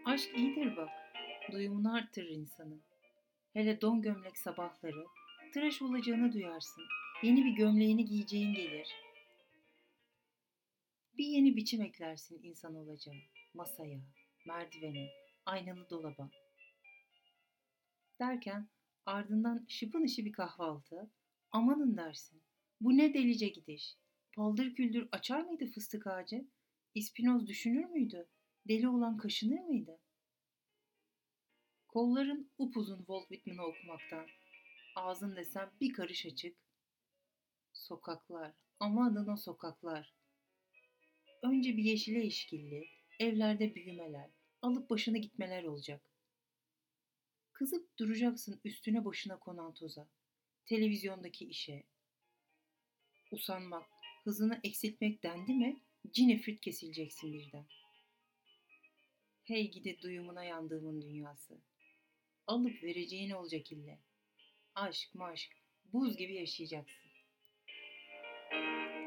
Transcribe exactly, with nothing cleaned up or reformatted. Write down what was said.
Aşk iyidir bak, duyumunu arttırır insanın. Hele don gömlek sabahları, tıraş olacağını duyarsın. Yeni bir gömleğini giyeceğin gelir. Bir yeni biçim eklersin insan olacağı. Masaya, merdivene, aynalı dolaba. Derken ardından şıpın işi bir kahvaltı. Amanın dersin. Bu ne delice gidiş. Paldır küldür açar mıydı fıstık ağacı? İspinoz düşünür müydü? Deli olan kaşınır mıydı? Kolların upuzun Walt Whitman'ı okumaktan. Ağzın desem bir karış açık. Sokaklar, amanın o sokaklar. Önce bir yeşile işkilli, evlerde büyümeler, alıp başını gitmeler olacak. Kızıp duracaksın üstüne başına konan toza. Televizyondaki işe. Usanmak, hızını eksiltmek dendi mi, cinefrit kesileceksin birden. Hey gidi duyumuna yandığımın dünyası. Alıp vereceğin olacak ille. Aşk maşk, buz gibi yaşayacaksın.